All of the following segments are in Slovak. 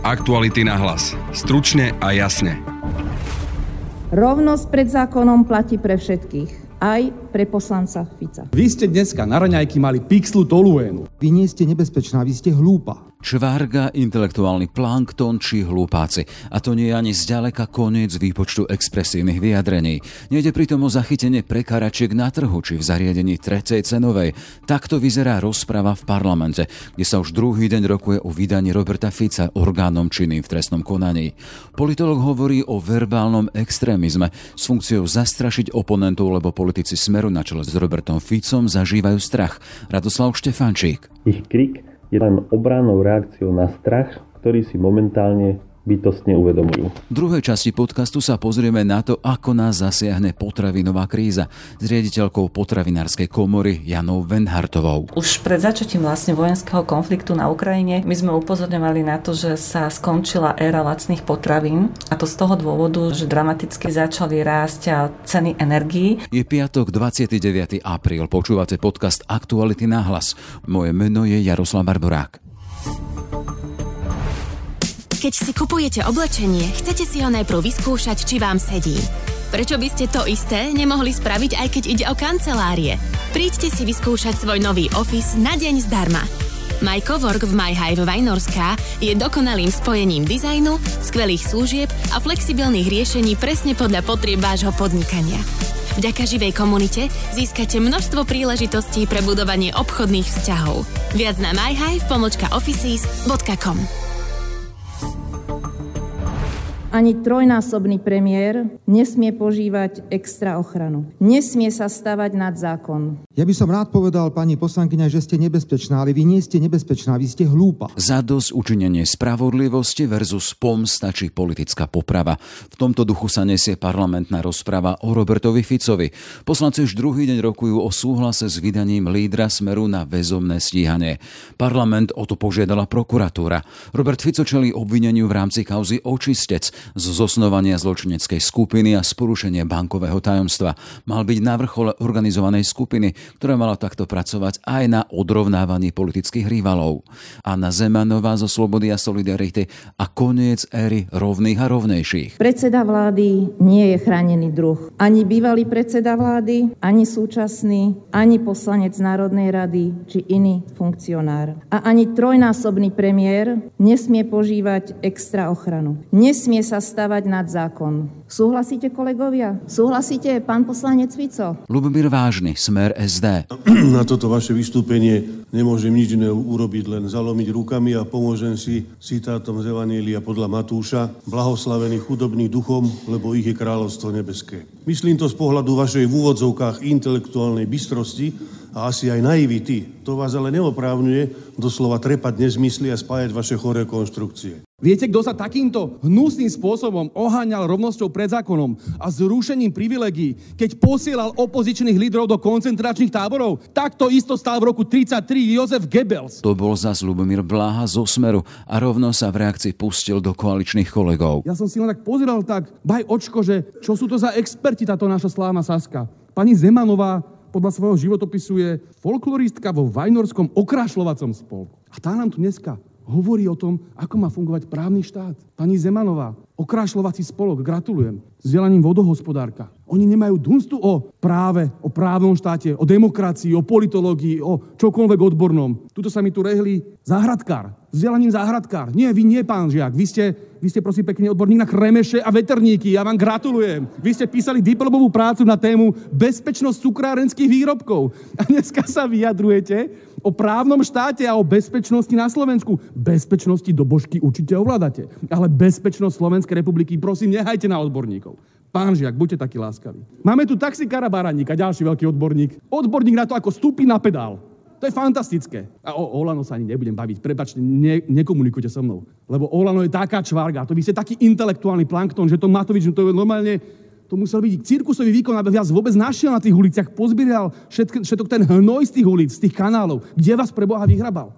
Aktuality na hlas. Stručne a jasne. Rovnosť pred zákonom platí pre všetkých, aj pre poslanca Fica. Vy ste dneska na raňajky mali pixlu toluénu. Vy nie ste nebezpečná, vy ste hlúpa. Čvárga, intelektuálny plankton či hlupáci. A to nie je ani zďaleka koniec výpočtu expresívnych vyjadrení. Nejde pritom o zachytenie prekáračiek na trhu či v zariadení trecej cenovej. Takto vyzerá rozprava v parlamente, kde sa už druhý deň rokuje o vydaní Roberta Fica orgánom činným v trestnom konaní. Politológ hovorí o verbálnom extrémizme s funkciou zastrašiť oponentov, lebo politici Smeru na čele s Robertom Ficom zažívajú strach. Radoslav Štefančík. Ich krik je len obrannou reakciou na strach, ktorý si momentálne bytostne uvedomujú. V druhej časti podcastu sa pozrieme na to, ako nás zasiahne potravinová kríza s riaditeľkou potravinárskej komory Janou Wenhartovou. Už pred začatím vlastne vojenského konfliktu na Ukrajine my sme upozorňovali na to, že sa skončila éra lacných potravín, a to z toho dôvodu, že dramaticky začali rásť ceny energií. Je piatok 29. apríl. Počúvate podcast Aktuality na hlas. Moje meno je Jaroslav Barborák. Keď si kupujete oblečenie, chcete si ho najprv vyskúšať, či vám sedí. Prečo by ste to isté nemohli spraviť, aj keď ide o kancelárie? Príďte si vyskúšať svoj nový office na deň zdarma. My Cowork v MyHive Vajnorská je dokonalým spojením dizajnu, skvelých služieb a flexibilných riešení presne podľa potrieb vášho podnikania. Vďaka živej komunite získate množstvo príležitostí pre budovanie obchodných vzťahov. Viac na myhive.offices.com. Ani trojnásobný premiér nesmie požívať extra ochranu. Nesmie sa stavať nad zákon. Ja by som rád povedal, pani poslankyňa, že ste nebezpečná, ale vy nie ste nebezpečná, vy ste hlúpa. Zadosť učinenie spravodlivosti versus pomsta či politická poprava. V tomto duchu sa nesie parlamentná rozprava o Robertovi Ficovi. Poslanci už druhý deň rokujú o súhlase s vydaním lídra Smeru na väzobné stíhanie. Parlament o to požiadala prokuratúra. Robert Fico čelí obvineniu v rámci kauzy Očistec z zosnovania zločineckej skupiny a z porušenia bankového tajomstva. Mal byť na vrchole organizovanej skupiny, ktorá mala takto pracovať aj na odrovnávaní politických rivalov. Anna Zemanová zo Slobody a Solidarity a koniec éry rovných a rovnejších. Predseda vlády nie je chránený druh. Ani bývalý predseda vlády, ani súčasný, ani poslanec Národnej rady či iný funkcionár. A ani trojnásobný premiér nesmie požívať extra ochranu. Nesmie sa stavať nad zákon. Súhlasíte, kolegovia? Súhlasíte, pán poslanec Fico? Ľubomír Vážny, Smer SD. Na toto vaše vystúpenie nemôžem nič iné urobiť, len zalomiť rukami a pomôžem si citátom z Evanília podľa Matúša: blahoslavený chudobný duchom, lebo ich je kráľovstvo nebeské. Myslím to z pohľadu vašej v úvodzovkách intelektuálnej bystrosti a asi aj naivity. To vás ale neoprávňuje doslova trepať nezmysly a spájať vaše choré konštrukcie. Viete, kto sa takýmto hnusným spôsobom oháňal rovnosťou pred zákonom a zrušením privilegií, keď posielal opozičných lídrov do koncentračných táborov? Takto isto stál v roku 1933 Jozef Goebbels. To bol zas Ľubomír Bláha zo Smeru a rovno sa v reakcii pustil do koaličných kolegov. Ja som si len tak pozeral baj očko, že čo sú to za experti, táto naša slávna Saska. Pani Zemanová podľa svojho životopisu je folkloristka vo Vajnorskom okrášľovacom spolku. A tá nám tu dneska hovorí o tom, ako má fungovať právny štát. Pani Zemanová, okrášľovací spolok, gratulujem. Vzdelaním vodohospodárka. Oni nemajú dunstu o práve, o právnom štáte, o demokracii, o politológii, o čokoľvek odbornom. Tuto sa mi tu rehli záhradkár. Vzdelaním záhradkár. Nie, vy nie, pán Žiak. Vy ste prosím pekne odborník na kremeše a veterníky. Ja vám gratulujem. Vy ste písali diplomovú prácu na tému bezpečnosť cukrárenských výrobkov. A dneska sa vyjadrujete o právnom štáte a o bezpečnosti na Slovensku. Bezpečnosti do božky určite ovládate. Ale bezpečnosť Slovenskej republiky prosím nehajte na odborníkov. Pán Žiak, buďte taký láskaví. Máme tu taxikára Baraníka, ďalší veľký odborník. Odborník na to, ako stúpiť na pedál. To je fantastické. A o Olano sa ani nebudem baviť. Prepáčte, nekomunikujte so mnou. Lebo Olano je taká čvarga. To vy ste taký intelektuálny plankton, že to Matovič, to je normálne, to musel byť cirkusový výkon, aby vás vôbec našiel na tých uliciach, pozbieral všetok ten hnoj z tých ulic, z tých kanálov. Kde vás pre Boha vyhrabal?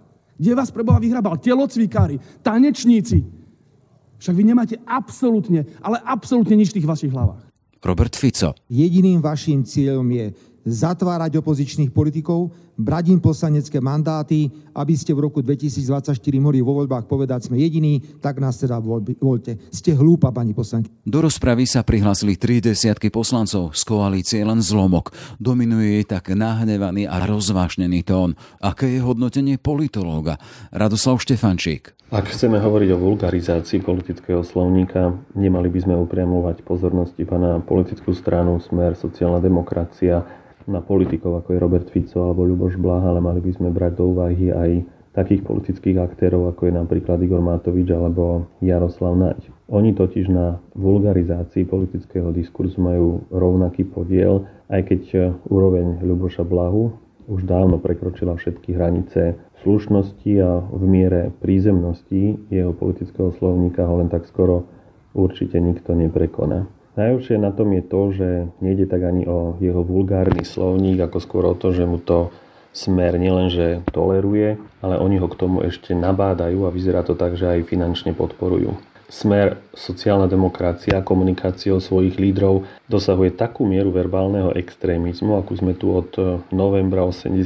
Telocvikári, tanečníci. Však vy nemáte absolútne, ale absolútne nič v tých vašich hlavách. Robert Fico. Jediným vaším cieľom je zatvárať opozičných politikov, brať im poslanecké mandáty, aby ste v roku 2024 mohli vo voľbách povedať, sme jediní, tak nás teda voľte. Ste hlúpa, pani poslankyňa. Do rozpravy sa prihlásili 30 poslancov, z koalície len zlomok. Dominuje jej tak nahnevaný a rozvášnený tón. Aké je hodnotenie politológa? Radoslav Štefančík. Ak chceme hovoriť o vulgarizácii politického slovníka, nemali by sme upriamovať pozornosť iba na politickú stranu Smer, sociálna demokracia, na politikov, ako je Robert Fico alebo Ľuboš Blaha, ale mali by sme brať do úvahy aj takých politických aktérov, ako je napríklad Igor Matovič alebo Jaroslav Naď. Oni totiž na vulgarizácii politického diskurzu majú rovnaký podiel, aj keď úroveň Ľuboša Blahu už dávno prekročila všetky hranice slušnosti a v miere prízemnosti jeho politického slovníka ho len tak skoro určite nikto neprekoná. Najhoršie na tom je to, že nejde tak ani o jeho vulgárny slovník, ako skôr o to, že mu to Smer nielenže toleruje, ale oni ho k tomu ešte nabádajú a vyzerá to tak, že aj finančne podporujú. Smer, sociálna demokracia, komunikáciou svojich lídrov dosahuje takú mieru verbálneho extrémizmu, akú sme tu od novembra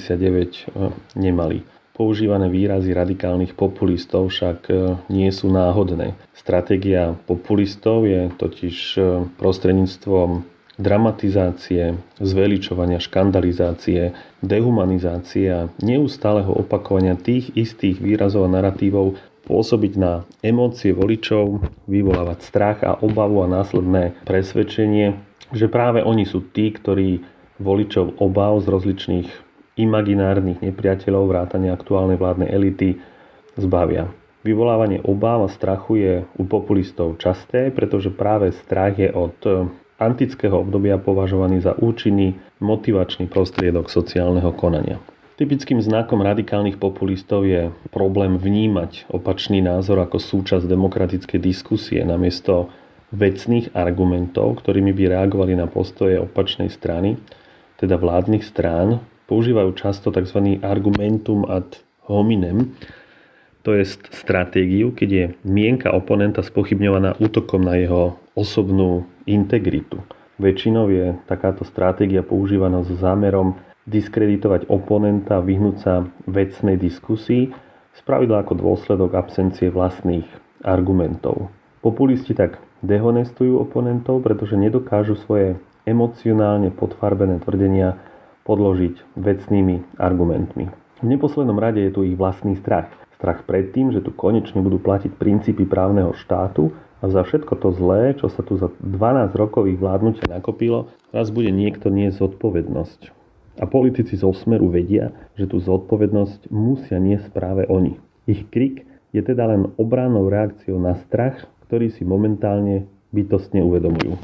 89 nemali. Používané výrazy radikálnych populistov však nie sú náhodné. Stratégia populistov je totiž prostredníctvom dramatizácie, zveličovania, škandalizácie, dehumanizácie a neustáleho opakovania tých istých výrazov a naratívov pôsobiť na emócie voličov, vyvolávať strach a obavu a následné presvedčenie, že práve oni sú tí, ktorí voličov obav z rozličných imaginárnych nepriateľov vrátane aktuálnej vládnej elity zbavia. Vyvolávanie obáv a strachu je u populistov časté, pretože práve strach je od antického obdobia považovaný za účinný motivačný prostriedok sociálneho konania. Typickým znakom radikálnych populistov je problém vnímať opačný názor ako súčasť demokratickej diskusie namiesto vecných argumentov, ktorými by reagovali na postoje opačnej strany, teda vládnych strán. Používajú často tzv. Argumentum ad hominem, to je stratégiu, keď je mienka oponenta spochybňovaná útokom na jeho osobnú integritu. Väčšinou je takáto stratégia používaná so zámerom diskreditovať oponenta a vyhnúť sa vecnej diskusii, spravidla ako dôsledok absencie vlastných argumentov. Populisti tak dehonestujú oponentov, pretože nedokážu svoje emocionálne podfarbené tvrdenia podložiť vecnými argumentmi. V neposlednom rade je tu ich vlastný strach. Strach pred tým, že tu konečne budú platiť princípy právneho štátu a za všetko to zlé, čo sa tu za 12 rokov ich vládnutia nakopilo, raz bude niekto niesť zodpovednosť. A politici zo Smeru vedia, že tú zodpovednosť musia niesť práve oni. Ich krik je teda len obrannou reakciou na strach, ktorý si momentálne bytostne uvedomujú.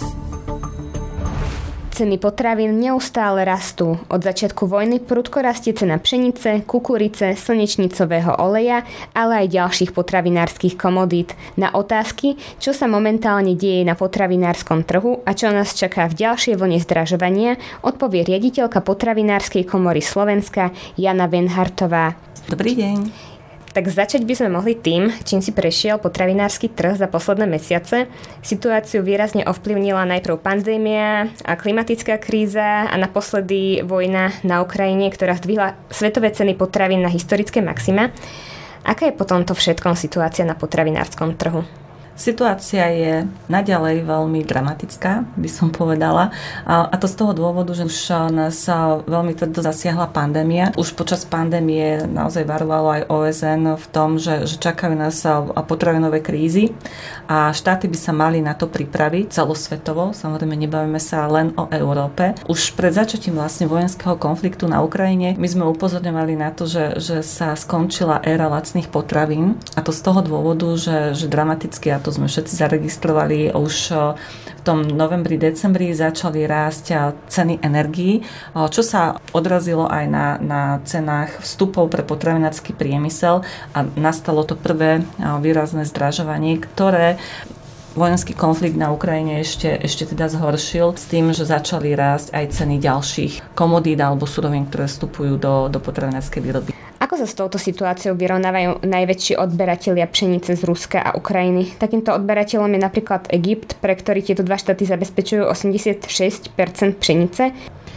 Ceny potravín neustále rastú. Od začiatku vojny prudko rastie cena pšenice, kukurice, slnečnicového oleja, ale aj ďalších potravinárskych komodít. Na otázky, čo sa momentálne deje na potravinárskom trhu a čo nás čaká v ďalšej vlne zdražovania, odpovie riaditeľka Potravinárskej komory Slovenska Jana Venhartová. Dobrý deň. Tak začať by sme mohli tým, čím si prešiel potravinársky trh za posledné mesiace. Situáciu výrazne ovplyvnila najprv pandémia a klimatická kríza a naposledy vojna na Ukrajine, ktorá zdvihla svetové ceny potravín na historické maxima. Aká je po tomto všetkom situácia na potravinárskom trhu? Situácia je naďalej veľmi dramatická, by som povedala. A to z toho dôvodu, že už nás veľmi tvrdo zasiahla pandémia. Už počas pandémie naozaj varovalo aj OSN v tom, že čakajú nás potravinové krízy a štáty by sa mali na to pripraviť celosvetovo. Samozrejme, nebavíme sa len o Európe. Už pred začatím vlastne vojenského konfliktu na Ukrajine my sme upozorňovali na to, že sa skončila éra lacných potravín a to z toho dôvodu, že dramaticky, a to sme všetci zaregistrovali, už v tom novembri, decembri začali rásť ceny energií, čo sa odrazilo aj na cenách vstupov pre potravinársky priemysel a nastalo to prvé výrazné zdražovanie, ktoré vojenský konflikt na Ukrajine ešte teda zhoršil s tým, že začali rásť aj ceny ďalších komodít alebo surovín, ktoré vstupujú do potravinárskej výroby. Ako sa s touto situáciou vyrovnávajú najväčší odberatelia pšenice z Ruska a Ukrajiny? Takýmto odberateľom je napríklad Egypt, pre ktorý tieto dva štáty zabezpečujú 86% pšenice.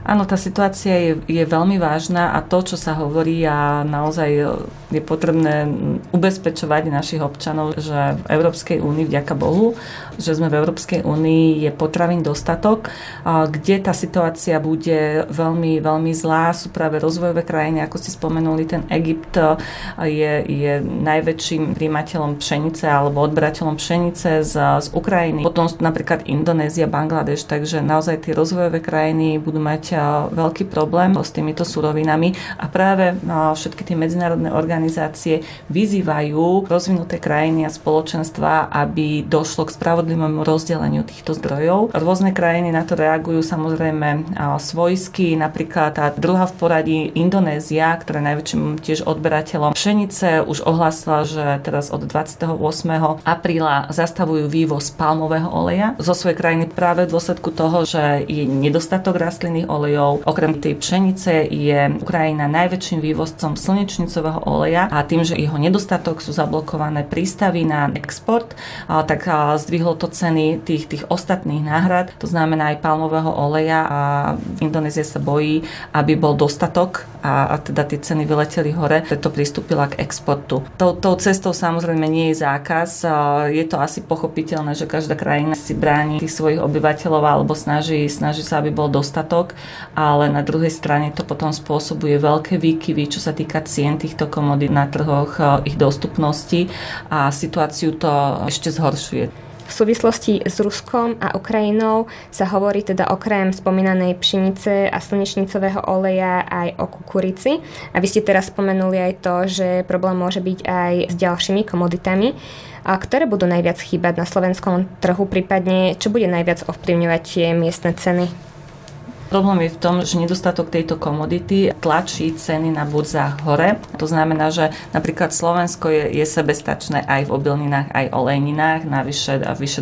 Áno, tá situácia je veľmi vážna a to, čo sa hovorí a naozaj je potrebné ubezpečovať našich občanov, že v Európskej únii, vďaka Bohu, že sme v Európskej únii, je potravín dostatok. Kde tá situácia bude veľmi, veľmi zlá, sú práve rozvojové krajiny, ako ste spomenuli, ten Egypt je najväčším prijímateľom pšenice alebo odberateľom pšenice z Ukrajiny. Potom napríklad Indonézia, Bangladeš, takže naozaj tie rozvojové krajiny budú mať veľký problém s týmito surovinami a práve všetky tie medzinárodné organizácie vyzývajú rozvinuté krajiny a spoločenstva, aby došlo k spravodlivému rozdeleniu týchto zdrojov. Rôzne krajiny na to reagujú samozrejme svojsky, napríklad tá druhá v poradí Indonézia, ktorá je najväčším tiež odberateľom pšenice, už ohlásila, že teraz od 28. apríla zastavujú vývoz palmového oleja zo svojej krajiny práve v dôsledku toho, že je nedostatok rastlinných olejov. Okrem tej pšenice je Ukrajina najväčším vývozcom slnečnicového oleja a tým, že jeho nedostatok sú zablokované prístavy na export, tak zdvihlo to ceny tých ostatných náhrad, to znamená aj palmového oleja a Indonézia sa bojí, aby bol dostatok a teda tie ceny vyleteli hore, preto pristúpila k exportu. Tou cestou samozrejme nie je zákaz, je to asi pochopiteľné, že každá krajina si bráni tých svojich obyvateľov alebo snaží sa, aby bol dostatok, ale na druhej strane to potom spôsobuje veľké výkyvy, čo sa týka cien týchto komodít na trhoch, ich dostupnosti a situáciu to ešte zhoršuje. V súvislosti s Ruskom a Ukrajinou sa hovorí teda okrem spomínanej pšenice a slnečnicového oleja aj o kukurici. A vy ste teraz spomenuli aj to, že problém môže byť aj s ďalšími komoditami. A ktoré budú najviac chýbať na slovenskom trhu, prípadne čo bude najviac ovplyvňovať tie miestne ceny? Problém je v tom, že nedostatok tejto komodity tlačí ceny na burzách hore. To znamená, že napríklad Slovensko je sebestačné aj v obilninách, aj olejninách na vyše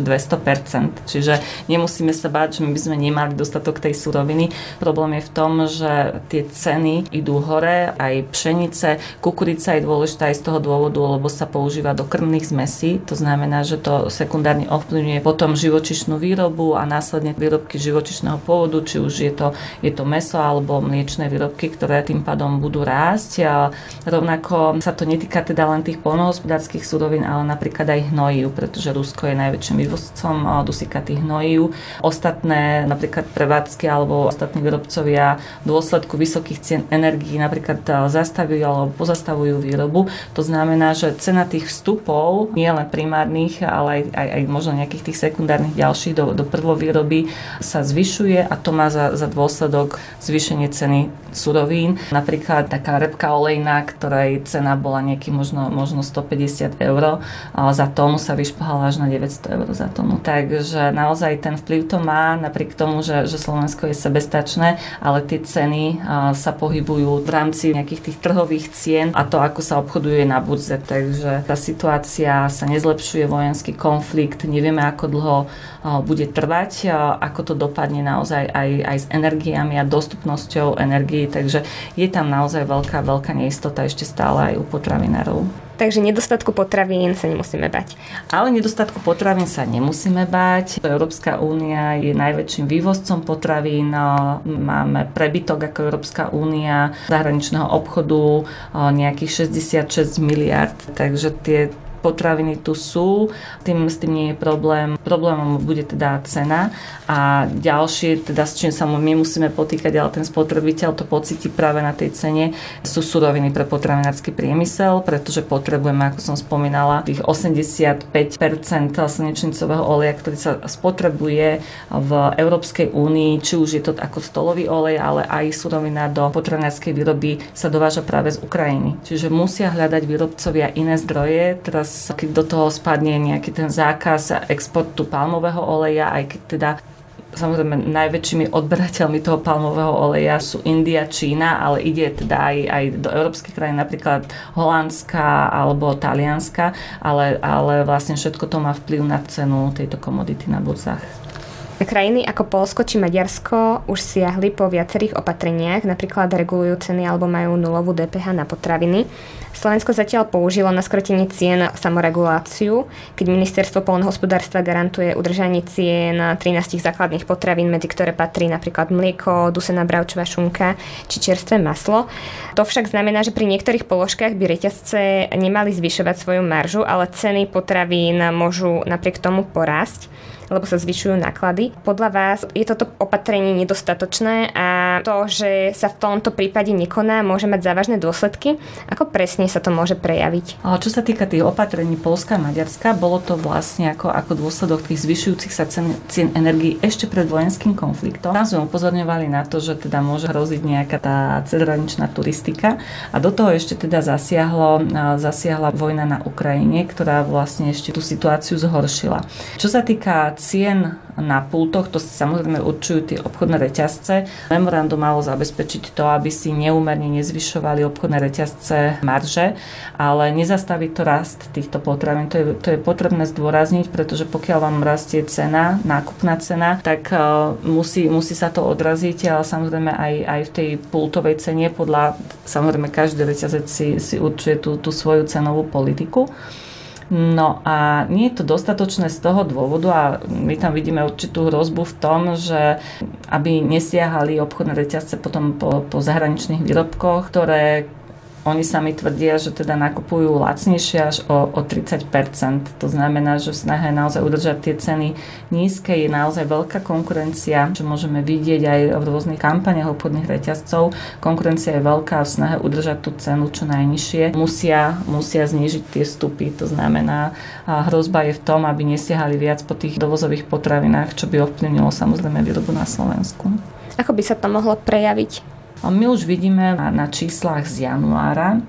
200%. Čiže nemusíme sa báť, že my by sme nemali dostatok tej suroviny. Problém je v tom, že tie ceny idú hore, aj pšenice, kukurica je dôležitá aj z toho dôvodu, lebo sa používa do krmných zmesí. To znamená, že to sekundárne ovplyvňuje potom živočíšnu výrobu a následne výrobky živočíšneho pôvodu, či už je to mäso alebo mliečne výrobky, ktoré tým pádom budú rásť. A rovnako sa to netýka teda len tých poľnohospodárskych surovín, ale napríklad aj hnojív, pretože Rusko je najväčším vývozcom dusikatých hnojív. Ostatné, napríklad prevádzky alebo ostatní výrobcovia v dôsledku vysokých cien energií napríklad zastavujú alebo pozastavujú výrobu. To znamená, že cena tých vstupov, nie len primárnych, ale aj možno nejakých tých sekundárnych ďalších do prvovýroby sa zvyšuje a to má za dôsledok zvýšenie ceny surovín. Napríklad taká repka olejná, ktorej cena bola nejaký možno 150 eur, za tonu sa vyšplhala až na 900 eur za tonu. Takže naozaj ten vplyv to má, napriek tomu, že Slovensko je sebestačné, ale tie ceny sa pohybujú v rámci nejakých tých trhových cien a to, ako sa obchoduje na burze. Takže tá situácia sa nezlepšuje, vojenský konflikt, nevieme, ako dlho bude trvať, ako to dopadne naozaj aj s energiami a dostupnosťou energií, takže je tam naozaj veľká neistota ešte stále aj u potravinárov. Takže nedostatku potravín sa nemusíme bať. Ale nedostatku potravín sa nemusíme bať. Európska únia je najväčším vývozcom potravín. Máme prebytok ako Európska únia zahraničného obchodu nejakých 66 miliard, takže tie potraviny tu sú, s tým nie je problém. Problémom bude teda cena a ďalšie, teda s čím sa my musíme potýkať, ale ten spotrebiteľ to pocíti práve na tej cene, sú suroviny pre potravinársky priemysel, pretože potrebujeme, ako som spomínala, tých 85% slnečnicového oleja, ktorý sa spotrebuje v Európskej únii, či už je to ako stolový olej, ale aj surovina do potravinárskej výroby sa dováža práve z Ukrajiny. Čiže musia hľadať výrobcovia iné zdroje. Teraz keď do toho spadne nejaký ten zákaz exportu palmového oleja, aj keď teda samozrejme najväčšími odberateľmi toho palmového oleja sú India, Čína, ale ide teda aj do európskych krajín, napríklad Holandska alebo Talianska, ale vlastne všetko to má vplyv na cenu tejto komodity na burzách. Krajiny ako Poľsko či Maďarsko už siahli po viacerých opatreniach, napríklad regulujú ceny alebo majú nulovú DPH na potraviny. Slovensko zatiaľ použilo na skrotenie cien samoreguláciu, keď ministerstvo poľnohospodárstva garantuje udržanie cien 13 základných potravín, medzi ktoré patrí napríklad mlieko, dusená bravčová šunka či čerstvé maslo. To však znamená, že pri niektorých položkách by reťazce nemali zvyšovať svoju maržu, ale ceny potravín môžu napriek tomu porásť, lebo sa zvyšujú náklady. Podľa vás je toto opatrenie nedostatočné a to, že sa v tomto prípade nekoná, môže mať závažné dôsledky? Ako presne sa to môže prejaviť? Čo sa týka tých opatrení Poľska a Maďarska, bolo to vlastne ako dôsledok tých zvyšujúcich sa cien energií ešte pred vojenským konfliktom. Tam sme upozorňovali na to, že teda môže hroziť nejaká tá cezhraničná turistika a do toho ešte teda zasiahla vojna na Ukrajine, ktorá vlastne ešte tú situáciu zhoršila. Čo sa týka cien na pultoch, to samozrejme určujú tie obchodné reťazce. Memorandum malo zabezpečiť to, aby si neúmerne nezvyšovali obchodné reťazce marže, ale nezastaví to rast týchto potravín. To je potrebné zdôrazniť, pretože pokiaľ vám rastie cena, nákupná cena, tak musí sa to odraziť, ale samozrejme aj v tej pultovej cene samozrejme každý reťazec si určuje tú svoju cenovú politiku. No a nie je to dostatočné z toho dôvodu a my tam vidíme určitú hrozbu v tom, že aby nesiahali obchodné reťazce potom po zahraničných výrobkoch, ktoré oni sami tvrdia, že teda nakupujú lacnejšie až o 30%. To znamená, že v snahe naozaj udržať tie ceny nízke je naozaj veľká konkurencia, čo môžeme vidieť aj v rôznych kampaniach obchodných reťazcov. Konkurencia je veľká v snahe udržať tú cenu čo najnižšie. Musia znížiť tie vstupy. To znamená, hrozba je v tom, aby nesiahali viac po tých dovozových potravinách, čo by ovplyvnilo samozrejme výrobu na Slovensku. Ako by sa to mohlo prejaviť? My už vidíme na číslach z januára,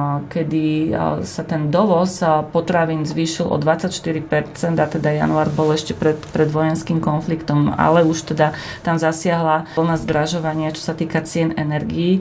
kedy sa ten dovoz potravín zvýšil o 24%, a teda január bol ešte pred vojenským konfliktom, ale už teda tam zasiahla vlna zdražovania, čo sa týka cien energií,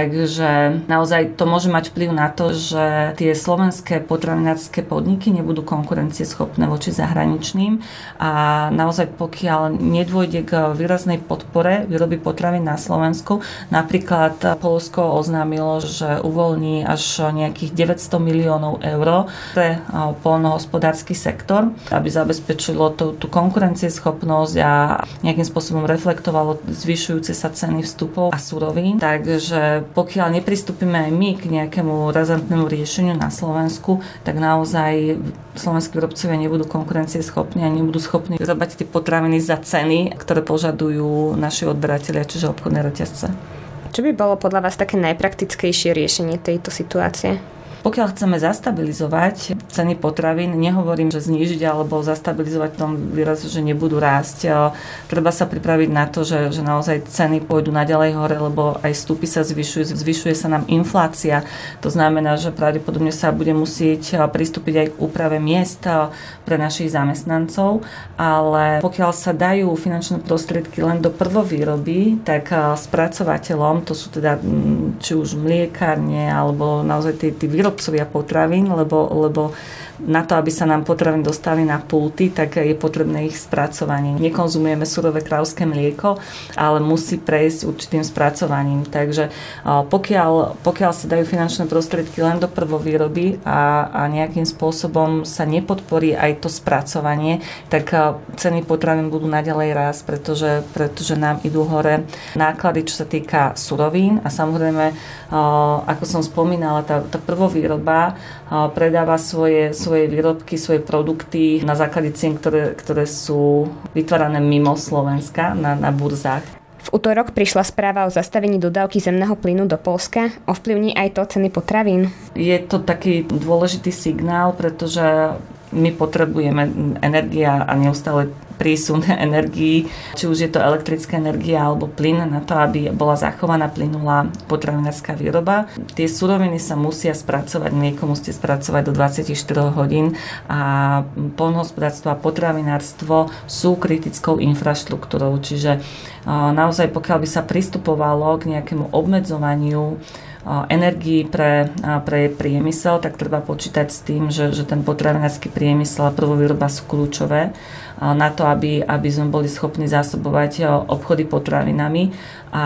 takže naozaj to môže mať vplyv na to, že tie slovenské potravinárske podniky nebudú konkurencieschopné voči zahraničným a naozaj pokiaľ nedôjde k výraznej podpore výroby potravín na Slovensku, napríklad Poľsko oznámilo, že uvoľní až nejakých 900 miliónov eur pre poľnohospodársky sektor, aby zabezpečilo tú konkurencieschopnosť a nejakým spôsobom reflektovalo zvyšujúce sa ceny vstupov a surovín. Takže pokiaľ nepristúpime aj my k nejakému razantnému riešeniu na Slovensku, tak naozaj slovenskí výrobcovia nebudú konkurencieschopní a nebudú schopní vyrábať tie potraviny za ceny, ktoré požadujú naši odberatelia, čiže obchodné reťazce. Čo by bolo podľa vás také najpraktickejšie riešenie tejto situácie? Pokiaľ chceme zastabilizovať ceny potravín, nehovorím, že znížiť alebo zastabilizovať v tom výraze, že nebudú rásť. Treba sa pripraviť na to, že naozaj ceny pôjdu naďalej hore, lebo aj vstupy sa zvyšuje sa nám inflácia. To znamená, že pravdepodobne sa bude musieť pristúpiť aj k úprave miest pre našich zamestnancov, ale pokiaľ sa dajú finančné prostriedky len do prvovýroby, tak spracovateľom, to sú teda či už mliekárne alebo naozaj tí výrobcovia potravín, lebo na to, aby sa nám potraviny dostali na pulty, tak je potrebné ich spracovanie. Nekonzumujeme surové krávské mlieko, ale musí prejsť určitým spracovaním. Takže pokiaľ sa dajú finančné prostriedky len do prvovýroby a nejakým spôsobom sa nepodporí aj to spracovanie, tak ceny potravín budú naďalej rásť, pretože nám idú hore náklady, čo sa týka surovín a samozrejme, ako som spomínala, tá prvovýroba predáva svoje výrobky, svoje produkty na základe cien, ktoré sú vytvárané mimo Slovenska na burzách. V utorok prišla správa o zastavení dodávky zemného plynu do Poľska. Ovplyvní aj to ceny potravín? Je to taký dôležitý signál, pretože my potrebujeme energia a neustále prísun energií, či už je to elektrická energia alebo plyn, na to, aby bola zachovaná plynulá potravinárska výroba. Tie suroviny sa musia spracovať, mlieko musíte spracovať do 24 hodín a poľnohospodárstvo a potravinárstvo sú kritickou infraštruktúrou, čiže naozaj pokiaľ by sa pristupovalo k nejakému obmedzovaniu energií pre priemysel, tak treba počítať s tým, že ten potravinársky priemysel a prvovýroba sú kľúčové na to, aby sme boli schopní zásobovať obchody potravinami a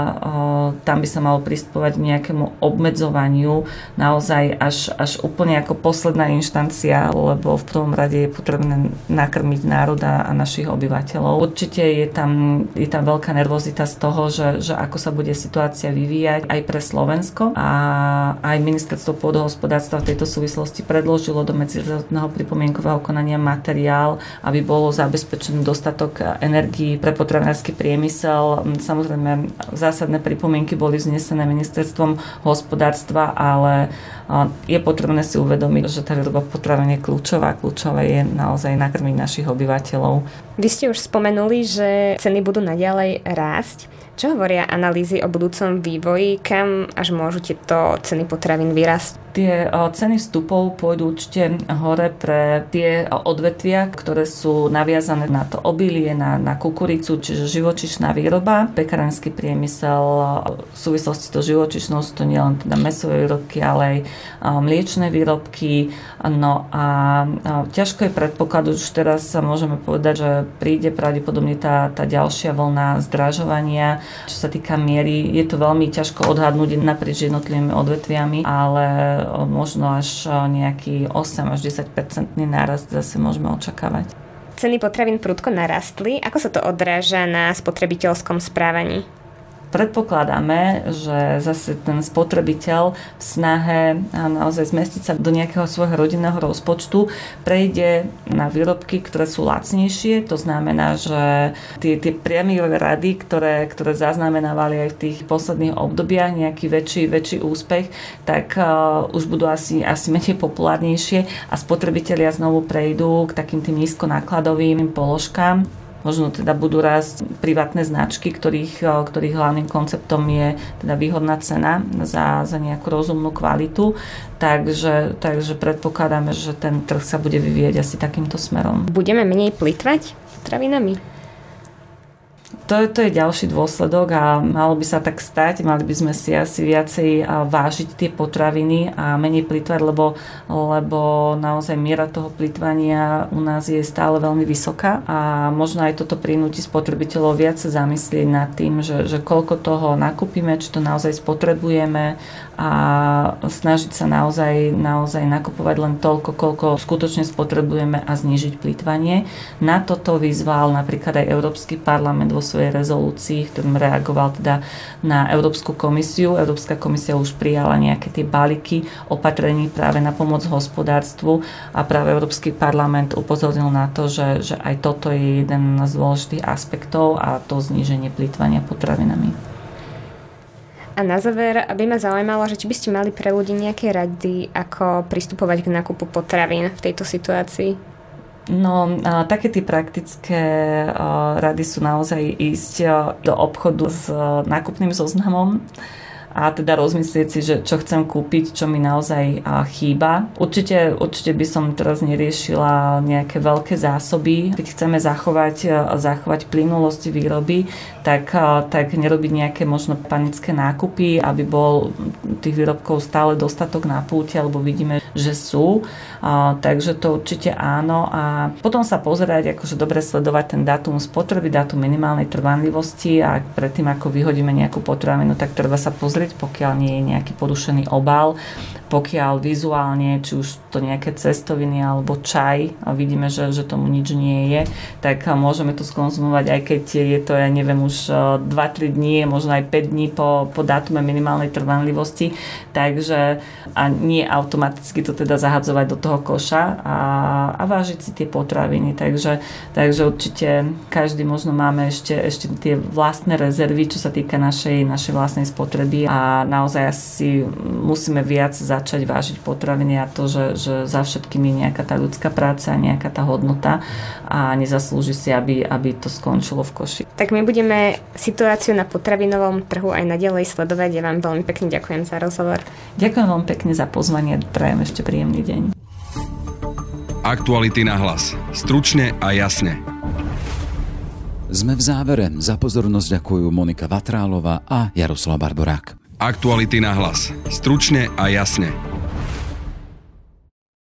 tam by sa malo pristupovať k nejakému obmedzovaniu naozaj až úplne ako posledná inštancia, lebo v prvom rade je potrebné nakrmiť národ a našich obyvateľov. Určite je tam veľká nervozita z toho, že ako sa bude situácia vyvíjať aj pre Slovensko a aj ministerstvo pôdohospodárstva v tejto súvislosti predložilo do medzinárodného pripomienkového konania materiál, aby bolo zabezpečený dostatok energií pre potravinársky priemysel. Samozrejme, zásadné pripomienky boli vznesené ministerstvom hospodárstva, ale je potrebné si uvedomiť, že tá výroba potravín je kľúčová. Kľúčové je naozaj nakrmiť našich obyvateľov. Vy ste už spomenuli, že ceny budú naďalej rásť. Čo hovoria analýzy o budúcom vývoji? Kam až môžu tieto ceny potravín vyrásť? Tie ceny vstupov pôjdu určite hore pre tie odvetvia, ktoré sú naviazané na to obilie, na kukuricu, čiže živočíšna výroba, pekárenský priemysel, v súvislosti s živočíšnou sú to nielen teda mäsové výrobky, ale aj mliečne výrobky. No a ťažko je predpoklad, už teraz sa môžeme povedať, že príde pravdepodobne tá ďalšia vlna zdražovania. Čo sa týka miery, je to veľmi ťažko odhadnúť naprieč jednotlivými odvetviami, ale možno až nejaký 8 až 10% nárast zase môžeme očakávať. Ceny potravín prudko narastli. Ako sa to odráža na spotrebiteľskom správaní? Predpokladáme, že zase ten spotrebiteľ v snahe naozaj zmestiť sa do nejakého svojho rodinného rozpočtu prejde na výrobky, ktoré sú lacnejšie. To znamená, že tie priamiové rady, ktoré zaznamenávali aj v tých posledných obdobiach nejaký väčší úspech, tak už budú asi menej populárnejšie a spotrebitelia znovu prejdú k takým tým nízkonákladovým položkám. Možno teda budú rásť privátne značky, ktorých hlavným konceptom je teda výhodná cena za nejakú rozumnú kvalitu. Takže predpokladáme, že ten trh sa bude vyvíjať asi takýmto smerom. Budeme menej plytvať potravinami? To je ďalší dôsledok a malo by sa tak stať, mali by sme si asi viacej vážiť tie potraviny a menej plytvať, lebo naozaj miera toho plytvania u nás je stále veľmi vysoká a možno aj toto prinúti spotrebiteľov viac sa zamyslieť nad tým, že koľko toho nakúpime, či to naozaj spotrebujeme a snažiť sa naozaj nakupovať len toľko, koľko skutočne spotrebujeme a znížiť plytvanie. Na toto vyzval napríklad aj Európsky parlament vo svojej rezolúcii, ktorým reagoval teda na Európsku komisiu. Európska komisia už prijala nejaké tie balíky opatrení práve na pomoc hospodárstvu a práve Európsky parlament upozornil na to, že aj toto je jeden z dôležitých aspektov a to zníženie plytvania potravinami. A na záver by ma zaujímalo, že či by ste mali pre ľudí nejaké rady, ako pristupovať k nákupu potravín v tejto situácii? No, také tie praktické rady sú naozaj ísť do obchodu s nákupným zoznamom a teda rozmyslieť si, že čo chcem kúpiť, čo mi naozaj chýba. Určite by som teraz neriešila nejaké veľké zásoby. Keď chceme zachovať plynulosť výroby, tak nerobiť nejaké možno panické nákupy, aby bol tých výrobkov stále dostatok na púti, alebo vidíme, že sú. Takže to určite áno. A potom sa pozerať, akože dobre sledovať ten dátum spotreby, dátum minimálnej trvanlivosti a predtým, ako vyhodíme nejakú potravinu, tak treba sa pozrieť, pokiaľ nie je nejaký porušený obal, pokiaľ vizuálne, či už to nejaké cestoviny alebo čaj a vidíme, že tomu nič nie je, tak môžeme to skonzumovať, aj keď je to, ja neviem, už 2-3 dní, možno aj 5 dní po dátume minimálnej trvanlivosti, takže a nie automaticky to teda zahadzovať do toho koša a vážiť si tie potraviny, takže určite každý možno máme ešte tie vlastné rezervy, čo sa týka našej vlastnej spotreby a naozaj asi musíme viac začať vážiť potraviny a to, že za všetkým je nejaká tá ľudská práca, nejaká tá hodnota a nezaslúži si, aby to skončilo v koši. Tak my budeme situáciu na potravinovom trhu aj naďalej sledovať. Ja vám veľmi pekne ďakujem za rozhovor. Ďakujem veľmi pekne za pozvanie. Prajem ešte príjemný deň. Aktuality na hlas. Stručne a jasne. Sme v závere. Za pozornosť ďakujú Monika Vatrálová a Jaroslav Barborák. Aktuality na hlas. Stručne a jasne.